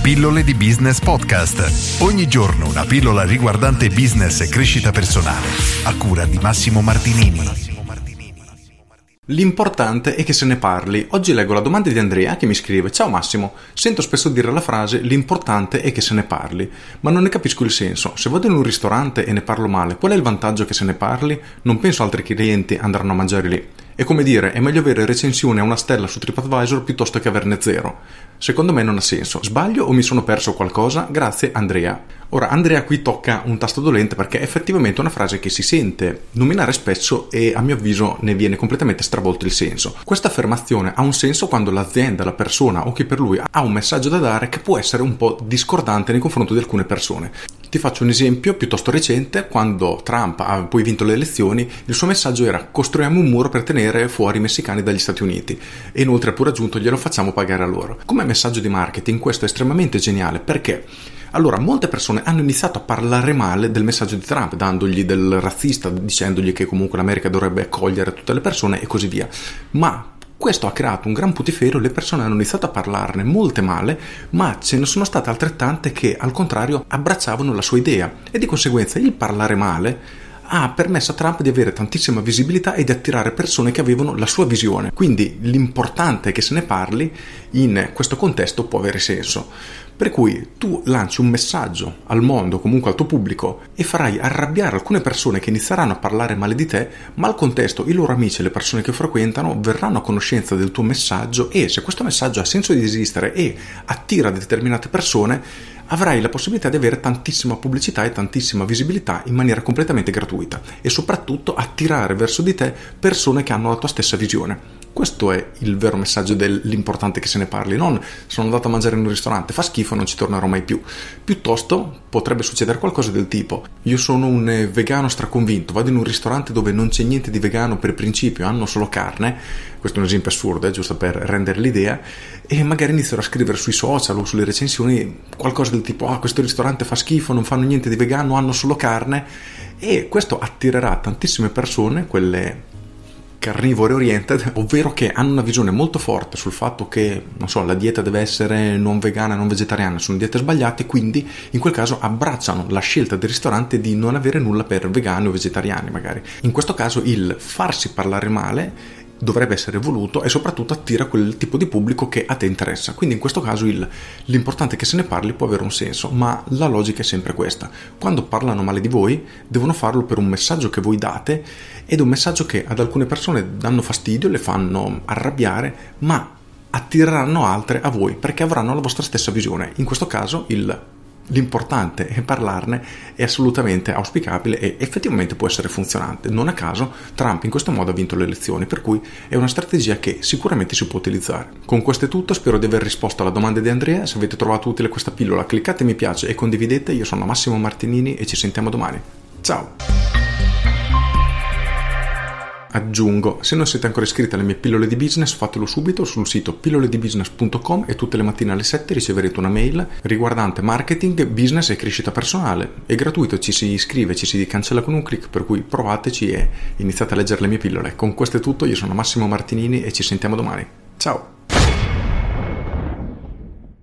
Pillole di Business Podcast. Ogni giorno una pillola riguardante business e crescita personale. A cura di Massimo Martinini. L'importante è che se ne parli. Oggi leggo la domanda di Andrea che mi scrive: ciao Massimo, sento spesso dire la frase l'importante è che se ne parli, ma non ne capisco il senso. Se vado in un ristorante e ne parlo male, qual è il vantaggio che se ne parli? Non penso altri clienti andranno a mangiare lì. È come dire, è meglio avere recensione a una stella su TripAdvisor piuttosto che averne 0. Secondo me non ha senso. Sbaglio o mi sono perso qualcosa? Grazie Andrea. Ora, Andrea qui tocca un tasto dolente perché effettivamente è una frase che si sente nominare spesso e a mio avviso ne viene completamente stravolto il senso. Questa affermazione ha un senso quando l'azienda, la persona o chi per lui ha un messaggio da dare che può essere un po' discordante nei confronti di alcune persone. Ti faccio un esempio piuttosto recente: quando Trump ha poi vinto le elezioni, il suo messaggio era: costruiamo un muro per tenere fuori i messicani dagli Stati Uniti, e inoltre ha pure aggiunto: glielo facciamo pagare a loro. Come messaggio di marketing questo è estremamente geniale, perché allora molte persone hanno iniziato a parlare male del messaggio di Trump, dandogli del razzista, dicendogli che comunque l'America dovrebbe accogliere tutte le persone e così via, ma questo ha creato un gran putiferio, le persone hanno iniziato a parlarne molte male, ma ce ne sono state altrettante che al contrario abbracciavano la sua idea, e di conseguenza il parlare male ha permesso a Trump di avere tantissima visibilità e di attirare persone che avevano la sua visione. Quindi l'importante è che se ne parli in questo contesto può avere senso. Per cui tu lanci un messaggio al mondo, comunque al tuo pubblico, e farai arrabbiare alcune persone che inizieranno a parlare male di te, ma al contesto i loro amici e le persone che frequentano verranno a conoscenza del tuo messaggio, e se questo messaggio ha senso di esistere e attira determinate persone, avrai la possibilità di avere tantissima pubblicità e tantissima visibilità in maniera completamente gratuita, e soprattutto attirare verso di te persone che hanno la tua stessa visione. Questo è il vero messaggio dell'importante che se ne parli, non sono andato a mangiare in un ristorante, fa schifo, non ci tornerò mai più. Piuttosto potrebbe succedere qualcosa del tipo: io sono un vegano straconvinto, vado in un ristorante dove non c'è niente di vegano per principio, hanno solo carne. Questo è un esempio assurdo, giusto per rendere l'idea, e magari inizierò a scrivere sui social o sulle recensioni qualcosa del tipo: questo ristorante fa schifo, non fanno niente di vegano, hanno solo carne, e questo attirerà tantissime persone, quelle carnivore oriented, ovvero che hanno una visione molto forte sul fatto che, non so, la dieta deve essere non vegana, non vegetariana, sono diete sbagliate, quindi in quel caso abbracciano la scelta del ristorante di non avere nulla per vegani o vegetariani magari. In questo caso il farsi parlare male dovrebbe essere voluto e soprattutto attira quel tipo di pubblico che a te interessa. Quindi in questo caso l'importante è che se ne parli può avere un senso, ma la logica è sempre questa: quando parlano male di voi devono farlo per un messaggio che voi date, ed è un messaggio che ad alcune persone danno fastidio, le fanno arrabbiare, ma attireranno altre a voi perché avranno la vostra stessa visione. In questo caso l'importante è parlarne, è assolutamente auspicabile e effettivamente può essere funzionante. Non a caso Trump in questo modo ha vinto le elezioni, per cui è una strategia che sicuramente si può utilizzare. Con questo è tutto, spero di aver risposto alla domanda di Andrea. Se avete trovato utile questa pillola, cliccate mi piace e condividete. Io sono Massimo Martinini e ci sentiamo domani. Ciao! Aggiungo, se non siete ancora iscritti alle mie pillole di business, fatelo subito sul sito pilloledibusiness.com, e tutte le mattine alle 7 riceverete una mail riguardante marketing, business e crescita personale. È gratuito, ci si iscrive, ci si cancella con un click, per cui provateci e iniziate a leggere le mie pillole. Con questo è tutto, io sono Massimo Martinini e ci sentiamo domani. Ciao!